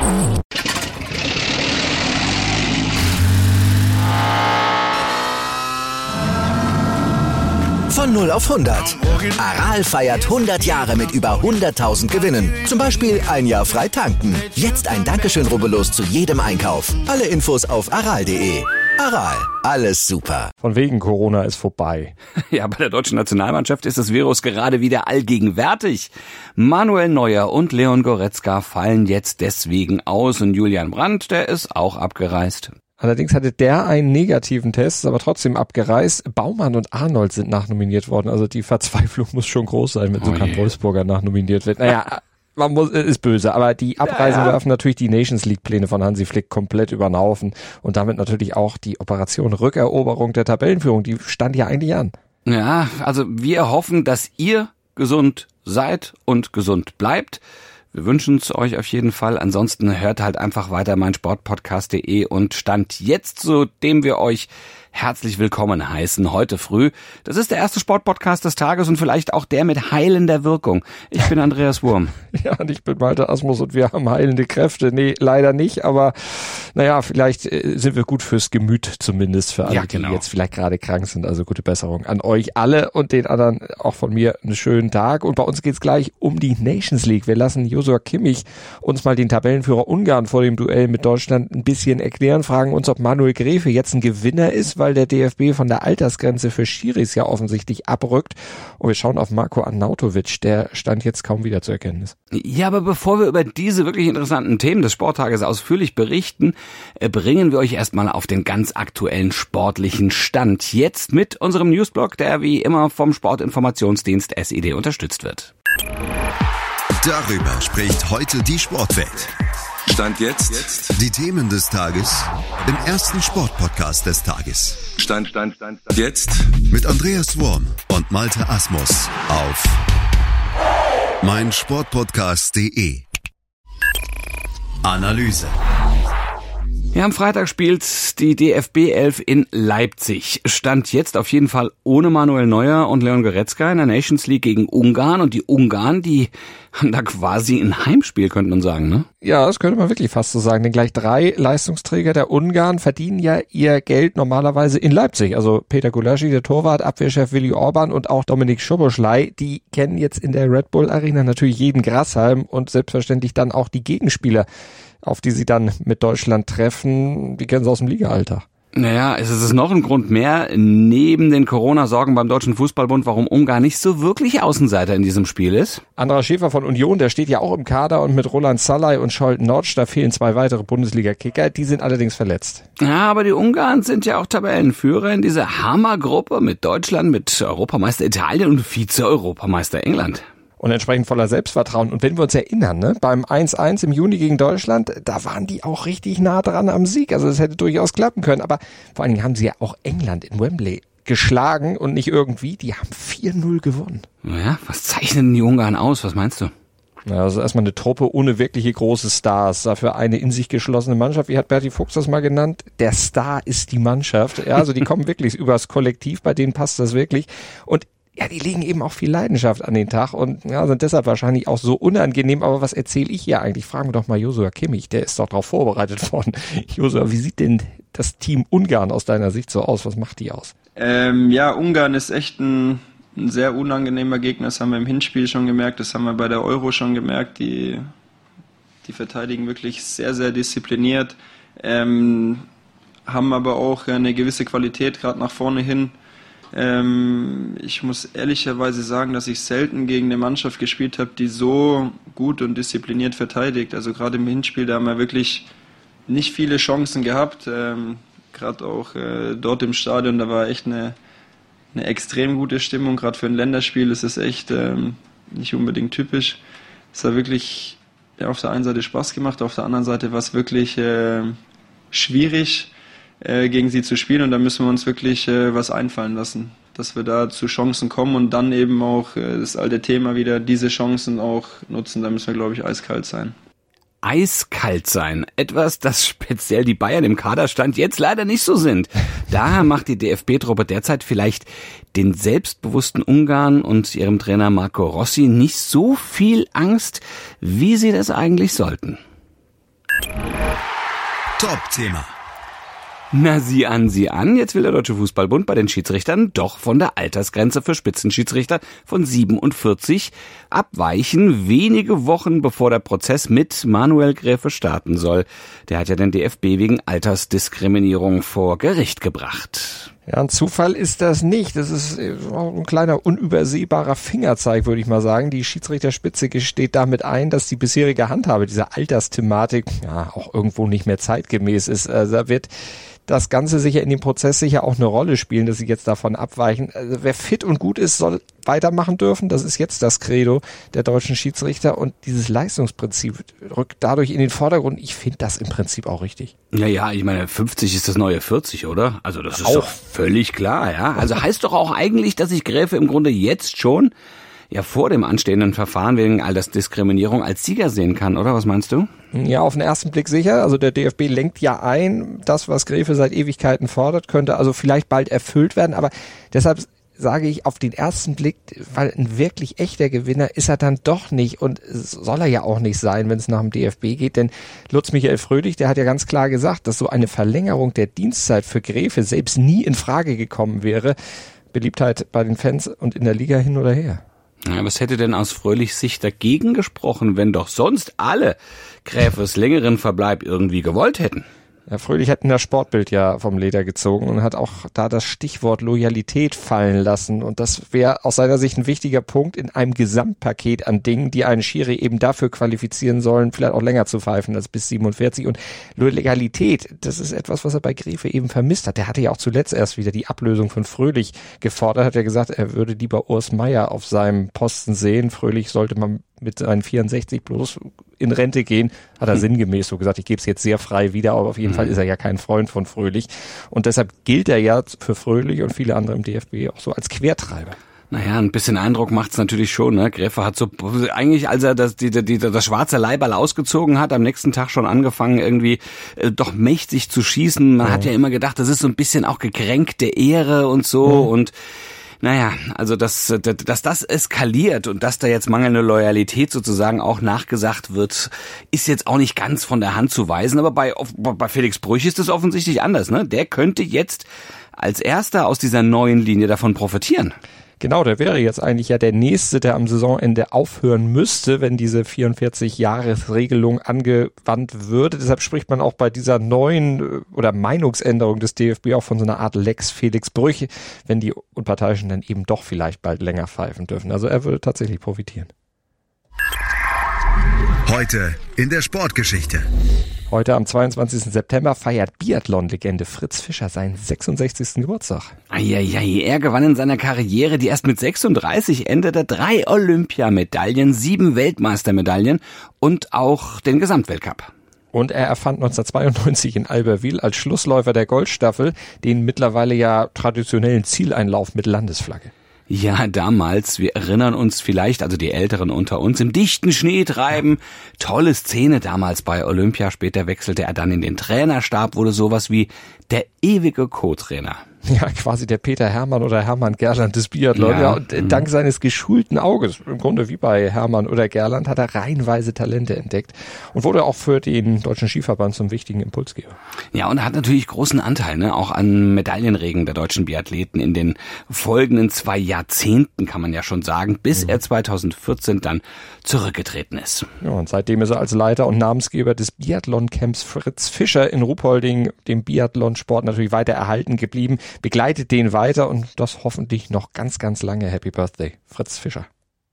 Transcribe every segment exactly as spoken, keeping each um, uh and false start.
Von null auf hundert. Aral feiert hundert Jahre mit über hunderttausend Gewinnen. Zum Beispiel ein Jahr frei tanken. Jetzt ein Dankeschön, rubbellos zu jedem Einkauf. Alle Infos auf aral punkt de. Aral, alles super. Von wegen Corona ist vorbei. Ja, bei der deutschen Nationalmannschaft ist das Virus gerade wieder allgegenwärtig. Manuel Neuer und Leon Goretzka fallen jetzt deswegen aus und Julian Brandt, der ist auch abgereist. Allerdings hatte der einen negativen Test, ist aber trotzdem abgereist. Baumann und Arnold sind nachnominiert worden. Also die Verzweiflung muss schon groß sein, wenn so Oh kein je. Wolfsburger nachnominiert wird. Naja, man muss, ist böse. Aber die Abreisen Ja, ja. werfen natürlich die Nations League Pläne von Hansi Flick komplett über den Haufen. Und damit natürlich auch die Operation Rückeroberung der Tabellenführung. Die stand ja eigentlich an. Ja, also wir hoffen, dass ihr gesund seid und gesund bleibt. Wir wünschen es euch auf jeden Fall. Ansonsten hört halt einfach weiter meinsportpodcast punkt de und Stand jetzt, zu dem wir euch herzlich willkommen heißen heute früh. Das ist der erste Sportpodcast des Tages und vielleicht auch der mit heilender Wirkung. Ich bin Andreas Wurm. Ja, und ich bin Malte Asmus und wir haben heilende Kräfte. Nee, leider nicht, aber naja, vielleicht äh, sind wir gut fürs Gemüt zumindest für alle, Ja, genau. die jetzt vielleicht gerade krank sind. Also gute Besserung an euch alle und den anderen auch von mir einen schönen Tag. Und bei uns geht's gleich um die Nations League. Wir lassen Joshua Kimmich uns mal den Tabellenführer Ungarn vor dem Duell mit Deutschland ein bisschen erklären, fragen uns, ob Manuel Gräfe jetzt ein Gewinner ist, weil der D F B von der Altersgrenze für Schiris ja offensichtlich abrückt. Und wir schauen auf Marko Arnautovic, der stand jetzt kaum wieder zu erkennen ist. Ja, aber bevor wir über diese wirklich interessanten Themen des Sporttages ausführlich berichten, äh, bringen wir euch erstmal auf den ganz aktuellen sportlichen Stand. Jetzt mit unserem Newsblog, der wie immer vom Sportinformationsdienst S I D unterstützt wird. Darüber spricht heute die Sportwelt. Stand jetzt. jetzt. Die Themen des Tages im ersten Sportpodcast des Tages. Stand, Stand, Stand, Stand. Jetzt. Mit Andreas Wurm und Malte Asmus auf meinsportpodcast punkt de. Analyse. Ja, am Freitag spielt die D F B elf in Leipzig. Stand jetzt auf jeden Fall ohne Manuel Neuer und Leon Goretzka in der Nations League gegen Ungarn. Und die Ungarn, die haben da quasi ein Heimspiel, könnte man sagen, ne? Ja, das könnte man wirklich fast so sagen, denn gleich drei Leistungsträger der Ungarn verdienen ja ihr Geld normalerweise in Leipzig. Also Peter Gulaschi, der Torwart, Abwehrchef Willi Orban und auch Dominik Szoboszlai, die kennen jetzt in der Red Bull Arena natürlich jeden Grashalm und selbstverständlich dann auch die Gegenspieler, auf die sie dann mit Deutschland treffen, die kennen sie aus dem Liga-Alltag. Naja, es ist noch ein Grund mehr, neben den Corona-Sorgen beim Deutschen Fußballbund, warum Ungarn nicht so wirklich Außenseiter in diesem Spiel ist. Andras Schäfer von Union, der steht ja auch im Kader und mit Roland Salai und Scholt Notch, da fehlen zwei weitere Bundesliga-Kicker, die sind allerdings verletzt. Ja, aber die Ungarn sind ja auch Tabellenführer in dieser Hammergruppe mit Deutschland, mit Europameister Italien und Vize-Europameister England. Und entsprechend voller Selbstvertrauen. Und wenn wir uns erinnern, ne, beim eins eins im Juni gegen Deutschland, da waren die auch richtig nah dran am Sieg. Also das hätte durchaus klappen können. Aber vor allen Dingen haben sie ja auch England in Wembley geschlagen und nicht irgendwie. Die haben vier null gewonnen. Ja, was zeichnen die Ungarn aus? Was meinst du? Ja, also erstmal eine Truppe ohne wirkliche große Stars. Dafür eine in sich geschlossene Mannschaft. Wie hat Berti Fuchs das mal genannt? Der Star ist die Mannschaft. Ja, also die kommen wirklich übers Kollektiv. Bei denen passt das wirklich. Und ja, die legen eben auch viel Leidenschaft an den Tag und ja, sind deshalb wahrscheinlich auch so unangenehm. Aber was erzähle ich hier eigentlich? Fragen wir doch mal Joshua Kimmich, der ist doch darauf vorbereitet worden. Joshua, wie sieht denn das Team Ungarn aus deiner Sicht so aus? Was macht die aus? Ähm, ja, Ungarn ist echt ein, ein sehr unangenehmer Gegner. Das haben wir im Hinspiel schon gemerkt, das haben wir bei der Euro schon gemerkt. Die, die verteidigen wirklich sehr, sehr diszipliniert, ähm, haben aber auch eine gewisse Qualität, gerade nach vorne hin. Ähm, ich muss ehrlicherweise sagen, dass ich selten gegen eine Mannschaft gespielt habe, die so gut und diszipliniert verteidigt. Also gerade im Hinspiel, da haben wir wirklich nicht viele Chancen gehabt. Ähm, gerade auch äh, dort im Stadion, da war echt eine, eine extrem gute Stimmung. Gerade für ein Länderspiel ist es echt ähm, nicht unbedingt typisch. Es hat wirklich ja, auf der einen Seite Spaß gemacht, auf der anderen Seite war es wirklich äh, schwierig, gegen sie zu spielen, und da müssen wir uns wirklich äh, was einfallen lassen, dass wir da zu Chancen kommen und dann eben auch äh, das alte Thema wieder, diese Chancen auch nutzen. Da müssen wir, glaube ich, eiskalt sein. Eiskalt sein. Etwas, das speziell die Bayern im Kaderstand jetzt leider nicht so sind. Daher macht die D F B-Truppe derzeit vielleicht den selbstbewussten Ungarn und ihrem Trainer Marco Rossi nicht so viel Angst, wie sie das eigentlich sollten. Top-Thema. Na, sieh an, sieh an, jetzt will der Deutsche Fußballbund bei den Schiedsrichtern doch von der Altersgrenze für Spitzenschiedsrichter von siebenundvierzig abweichen, wenige Wochen bevor der Prozess mit Manuel Gräfe starten soll. Der hat ja den D F B wegen Altersdiskriminierung vor Gericht gebracht. Ja, ein Zufall ist das nicht. Das ist ein kleiner unübersehbarer Fingerzeig, würde ich mal sagen. Die Schiedsrichterspitze gesteht damit ein, dass die bisherige Handhabe dieser Altersthematik ja auch irgendwo nicht mehr zeitgemäß ist. Also da wird das Ganze sicher in dem Prozess sicher auch eine Rolle spielen, dass sie jetzt davon abweichen. Also wer fit und gut ist, soll weitermachen dürfen. Das ist jetzt das Credo der deutschen Schiedsrichter und dieses Leistungsprinzip rückt dadurch in den Vordergrund. Ich finde das im Prinzip auch richtig. Ja, ja, ich meine, fünfzig ist das neue vierzig, oder? Also das ist auch doch völlig klar, ja. Also heißt doch auch eigentlich, dass sich Gräfe im Grunde jetzt schon ja vor dem anstehenden Verfahren wegen Altersdiskriminierung als Sieger sehen kann, oder? Was meinst du? Ja, auf den ersten Blick sicher. Also der D F B lenkt ja ein, das, was Gräfe seit Ewigkeiten fordert, könnte also vielleicht bald erfüllt werden. Aber deshalb sage ich auf den ersten Blick, weil ein wirklich echter Gewinner ist er dann doch nicht und soll er ja auch nicht sein, wenn es nach dem D F B geht. Denn Lutz Michael Fröhlich, der hat ja ganz klar gesagt, dass so eine Verlängerung der Dienstzeit für Gräfe selbst nie in Frage gekommen wäre. Beliebtheit bei den Fans und in der Liga hin oder her. Ja, was hätte denn aus Fröhlichs Sicht dagegen gesprochen, wenn doch sonst alle Gräfes längeren Verbleib irgendwie gewollt hätten? Herr Fröhlich hat in das Sportbild ja vom Leder gezogen und hat auch da das Stichwort Loyalität fallen lassen. Und das wäre aus seiner Sicht ein wichtiger Punkt in einem Gesamtpaket an Dingen, die einen Schiri eben dafür qualifizieren sollen, vielleicht auch länger zu pfeifen als bis siebenundvierzig. Und Loyalität, das ist etwas, was er bei Gräfe eben vermisst hat. Der hatte ja auch zuletzt erst wieder die Ablösung von Fröhlich gefordert, hat ja gesagt, er würde lieber Urs Meier auf seinem Posten sehen. Fröhlich sollte man mit seinen vierundsechzig bloß in Rente gehen, hat er sinngemäß so gesagt, ich gebe es jetzt sehr frei wieder, aber auf jeden mhm. Fall ist er ja kein Freund von Fröhlich. Und deshalb gilt er ja für Fröhlich und viele andere im D F B auch so als Quertreiber. Naja, ein bisschen Eindruck macht's natürlich schon, ne? Gräfe hat so, eigentlich als er das, die, die, das schwarze Leiberl ausgezogen hat, am nächsten Tag schon angefangen irgendwie äh, doch mächtig zu schießen. Man ja. hat ja immer gedacht, das ist so ein bisschen auch gekränkte Ehre und so mhm. und naja, also dass, dass das eskaliert und dass da jetzt mangelnde Loyalität sozusagen auch nachgesagt wird, ist jetzt auch nicht ganz von der Hand zu weisen. Aber bei, bei Felix Brüch ist es offensichtlich anders, ne? Der könnte jetzt als Erster aus dieser neuen Linie davon profitieren. Genau, der wäre jetzt eigentlich ja der Nächste, der am Saisonende aufhören müsste, wenn diese vierundvierzig-Jahres-Regelung angewandt würde. Deshalb spricht man auch bei dieser neuen oder Meinungsänderung des D F B auch von so einer Art Lex Felix Brüch, wenn die Unparteiischen dann eben doch vielleicht bald länger pfeifen dürfen. Also er würde tatsächlich profitieren. Heute in der Sportgeschichte. Heute am zweiundzwanzigsten September feiert Biathlon-Legende Fritz Fischer seinen sechsundsechzigsten Geburtstag. Eieiei, er gewann in seiner Karriere, die erst mit sechsunddreißig endete, drei Olympiamedaillen, sieben Weltmeistermedaillen und auch den Gesamtweltcup. Und er erfand neunzehnhundertzweiundneunzig in Albertville als Schlussläufer der Goldstaffel den mittlerweile ja traditionellen Zieleinlauf mit Landesflagge. Ja, damals, wir erinnern uns vielleicht, also die Älteren unter uns, im dichten Schneetreiben. Tolle Szene damals bei Olympia. Später wechselte er dann in den Trainerstab, wurde sowas wie der ewige Co-Trainer. Ja, quasi der Peter Hermann oder Hermann Gerland des Biathlon. Ja, ja, und mhm. dank seines geschulten Auges, im Grunde wie bei Hermann oder Gerland, hat er reihenweise Talente entdeckt und wurde auch für den Deutschen Skiverband zum wichtigen Impulsgeber. Ja, und er hat natürlich großen Anteil, ne, auch an Medaillenregen der deutschen Biathleten in den folgenden zwei Jahrzehnten, kann man ja schon sagen, bis mhm. er zweitausendvierzehn dann zurückgetreten ist. Ja, und seitdem ist er als Leiter und Namensgeber des Biathlon-Camps Fritz Fischer in Ruhpolding, dem Biathlonsport natürlich weiter erhalten geblieben, begleitet den weiter und das hoffentlich noch ganz, ganz lange. Happy Birthday, Fritz Fischer.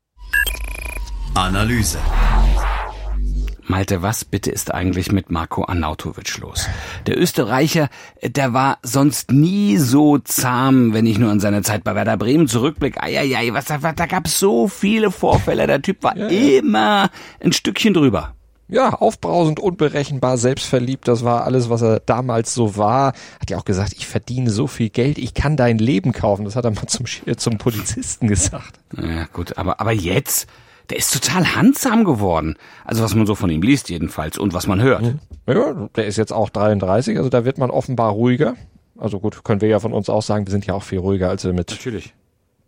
Analyse. Malte, was bitte ist eigentlich mit Marko Arnautovic los? Der Österreicher, der war sonst nie so zahm, wenn ich nur an seine Zeit bei Werder Bremen zurückblicke. Eieiei, was, was, da gab es so viele Vorfälle. Der Typ war ja, ja. immer ein Stückchen drüber. Ja, aufbrausend, unberechenbar, selbstverliebt, das war alles, was er damals so war. Hat ja auch gesagt, ich verdiene so viel Geld, ich kann dein Leben kaufen. Das hat er mal zum, zum Polizisten gesagt. Ja gut, aber, aber jetzt, der ist total handsam geworden. Also was man so von ihm liest jedenfalls und was man hört. Ja, der ist jetzt auch dreiunddreißig, also da wird man offenbar ruhiger. Also gut, können wir ja von uns auch sagen, wir sind ja auch viel ruhiger, als wir mit Natürlich.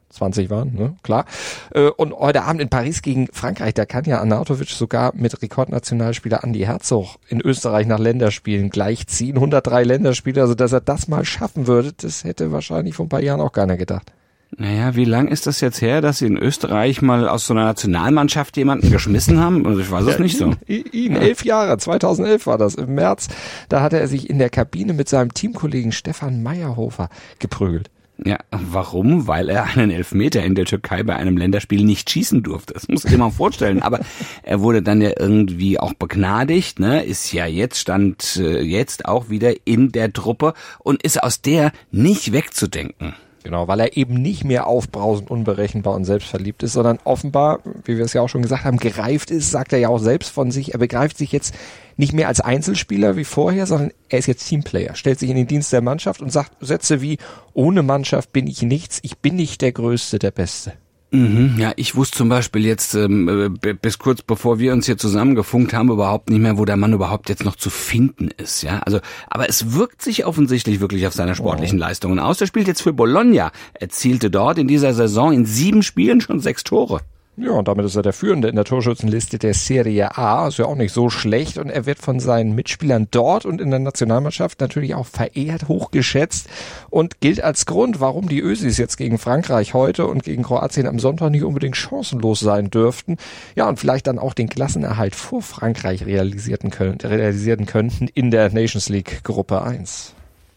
zwanzig waren, ne? Klar. Und heute Abend in Paris gegen Frankreich, da kann ja Arnautovic sogar mit Rekordnationalspieler Andi Herzog in Österreich nach Länderspielen gleichziehen. hundertdrei Länderspiele, also dass er das mal schaffen würde, das hätte wahrscheinlich vor ein paar Jahren auch keiner gedacht. Naja, wie lang ist das jetzt her, dass Sie in Österreich mal aus so einer Nationalmannschaft jemanden geschmissen haben? Also ich weiß es ja, nicht ihn, so. Ihn, elf Jahre, zweitausendelf war das, im März. Da hatte er sich in der Kabine mit seinem Teamkollegen Stefan Meyerhofer geprügelt. Ja, warum? Weil er einen Elfmeter in der Türkei bei einem Länderspiel nicht schießen durfte. Das muss ich dir mal vorstellen. Aber er wurde dann ja irgendwie auch begnadigt, ne? Ist ja jetzt, stand äh, jetzt auch wieder in der Truppe und ist aus der nicht wegzudenken. Genau, weil er eben nicht mehr aufbrausend, unberechenbar und selbstverliebt ist, sondern offenbar, wie wir es ja auch schon gesagt haben, gereift ist, sagt er ja auch selbst von sich. Er begreift sich jetzt nicht mehr als Einzelspieler wie vorher, sondern er ist jetzt Teamplayer, stellt sich in den Dienst der Mannschaft und sagt Sätze wie, ohne Mannschaft bin ich nichts, ich bin nicht der Größte, der Beste. Mhm, ja, ich wusste zum Beispiel jetzt ähm, b- bis kurz bevor wir uns hier zusammengefunkt haben überhaupt nicht mehr, wo der Mann überhaupt jetzt noch zu finden ist, ja. Also, aber es wirkt sich offensichtlich wirklich auf seine sportlichen oh. Leistungen aus. Er spielt jetzt für Bologna, erzielte dort in dieser Saison in sieben Spielen schon sechs Tore. Ja, und damit ist er der Führende in der Torschützenliste der Serie A. Ist ja auch nicht so schlecht. Und er wird von seinen Mitspielern dort und in der Nationalmannschaft natürlich auch verehrt, hochgeschätzt und gilt als Grund, warum die Ösis jetzt gegen Frankreich heute und gegen Kroatien am Sonntag nicht unbedingt chancenlos sein dürften. Ja, und vielleicht dann auch den Klassenerhalt vor Frankreich realisieren können, realisieren könnten in der Nations League Gruppe eins.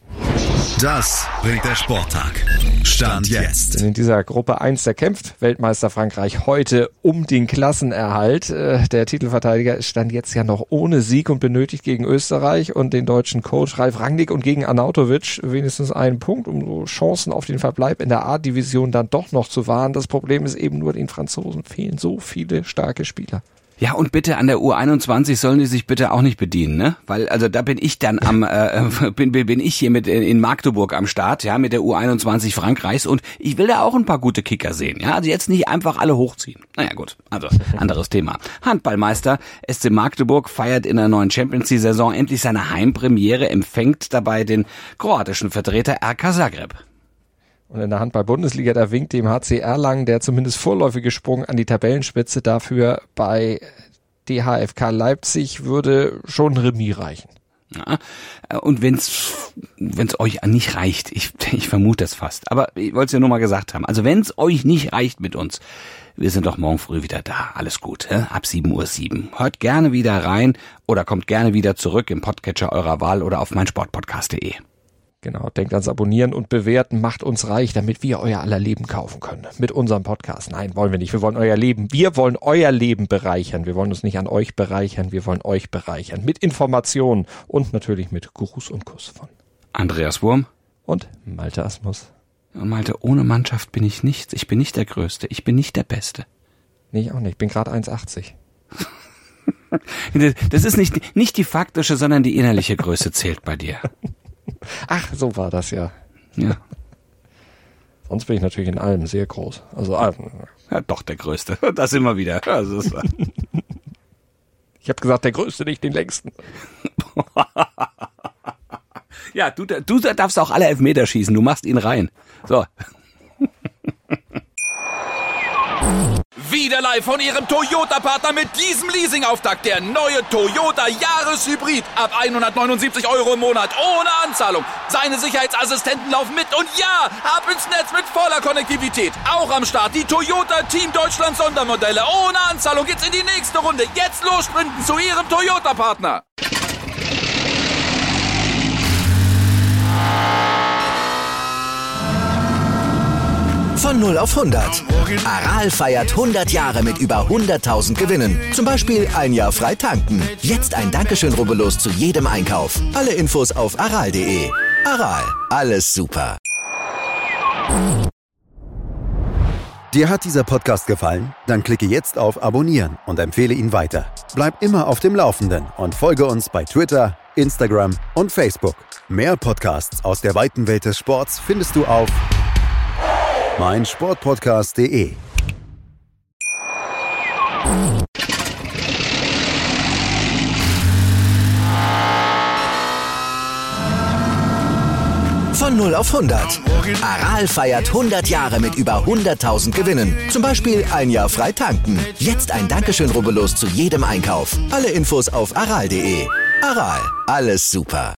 Das bringt der Sporttag. Stand jetzt. In dieser Gruppe eins, da kämpft Weltmeister Frankreich heute um den Klassenerhalt. Der Titelverteidiger stand jetzt ja noch ohne Sieg und benötigt gegen Österreich und den deutschen Coach Ralf Rangnick und gegen Arnautovic wenigstens einen Punkt, um so Chancen auf den Verbleib in der A-Division dann doch noch zu wahren. Das Problem ist eben nur, den Franzosen fehlen so viele starke Spieler. Ja, und bitte an der U einundzwanzig sollen die sich bitte auch nicht bedienen, ne? Weil, also da bin ich dann am, äh, bin, bin ich hier mit in Magdeburg am Start, ja, mit der U einundzwanzig Frankreichs und ich will da auch ein paar gute Kicker sehen, ja? Also jetzt nicht einfach alle hochziehen. Naja, gut, also anderes Thema. Handballmeister S C Magdeburg feiert in der neuen Champions League-Saison endlich seine Heimpremiere, empfängt dabei den kroatischen Vertreter R K Zagreb. Und in der Handball-Bundesliga, da winkt dem H C Erlangen der zumindest vorläufige Sprung an die Tabellenspitze. Dafür bei D H F K Leipzig würde schon Remis reichen. Ja, und wenn's wenn's euch nicht reicht, ich, ich vermute das fast, aber ich wollte es ja nur mal gesagt haben, also wenn's euch nicht reicht mit uns, wir sind doch morgen früh wieder da, alles gut, hä? Ab sieben Uhr sieben. Hört gerne wieder rein oder kommt gerne wieder zurück im Podcatcher eurer Wahl oder auf meinsportpodcast punkt de. Genau, denkt ans Abonnieren und Bewerten, macht uns reich, damit wir euer aller Leben kaufen können. Mit unserem Podcast. Nein, wollen wir nicht. Wir wollen euer Leben. Wir wollen euer Leben bereichern. Wir wollen uns nicht an euch bereichern. Wir wollen euch bereichern. Mit Informationen und natürlich mit Gruß und Kuss von Andreas Wurm und Malte Asmus. Malte, ohne Mannschaft bin ich nichts. Ich bin nicht der Größte. Ich bin nicht der Beste. Nee, ich auch nicht. Ich bin gerade eins achtzig. Das ist nicht, nicht die faktische, sondern die innerliche Größe zählt bei dir. Ach, so war das ja. Ja. Sonst bin ich natürlich in allem sehr groß. Also ja, doch der Größte. Das immer wieder. Also, ich habe gesagt, der Größte, nicht den längsten. Ja, du, du darfst auch alle Elfmeter schießen. Du machst ihn rein. So. Wieder live von Ihrem Toyota-Partner mit diesem Leasing-Auftakt. Der neue Toyota Jahreshybrid. Ab hundertneunundsiebzig Euro im Monat. Ohne Anzahlung. Seine Sicherheitsassistenten laufen mit. Und ja, ab ins Netz mit voller Konnektivität. Auch am Start die Toyota Team Deutschland Sondermodelle. Ohne Anzahlung geht's in die nächste Runde. Jetzt los sprinten zu Ihrem Toyota-Partner. Von null auf hundert. Aral feiert hundert Jahre mit über hunderttausend Gewinnen. Zum Beispiel ein Jahr frei tanken. Jetzt ein Dankeschön, rubbellos zu jedem Einkauf. Alle Infos auf aral punkt de. Aral, alles super. Dir hat dieser Podcast gefallen? Dann klicke jetzt auf Abonnieren und empfehle ihn weiter. Bleib immer auf dem Laufenden und folge uns bei Twitter, Instagram und Facebook. Mehr Podcasts aus der weiten Welt des Sports findest du auf meinsportpodcast punkt de. Von Von null auf hundert. Aral feiert hundert Jahre mit über hunderttausend Gewinnen. Zum Beispiel ein Jahr frei tanken. Jetzt ein Dankeschön, rubbellos zu jedem Einkauf. Alle Infos auf aral punkt de. Aral, alles super.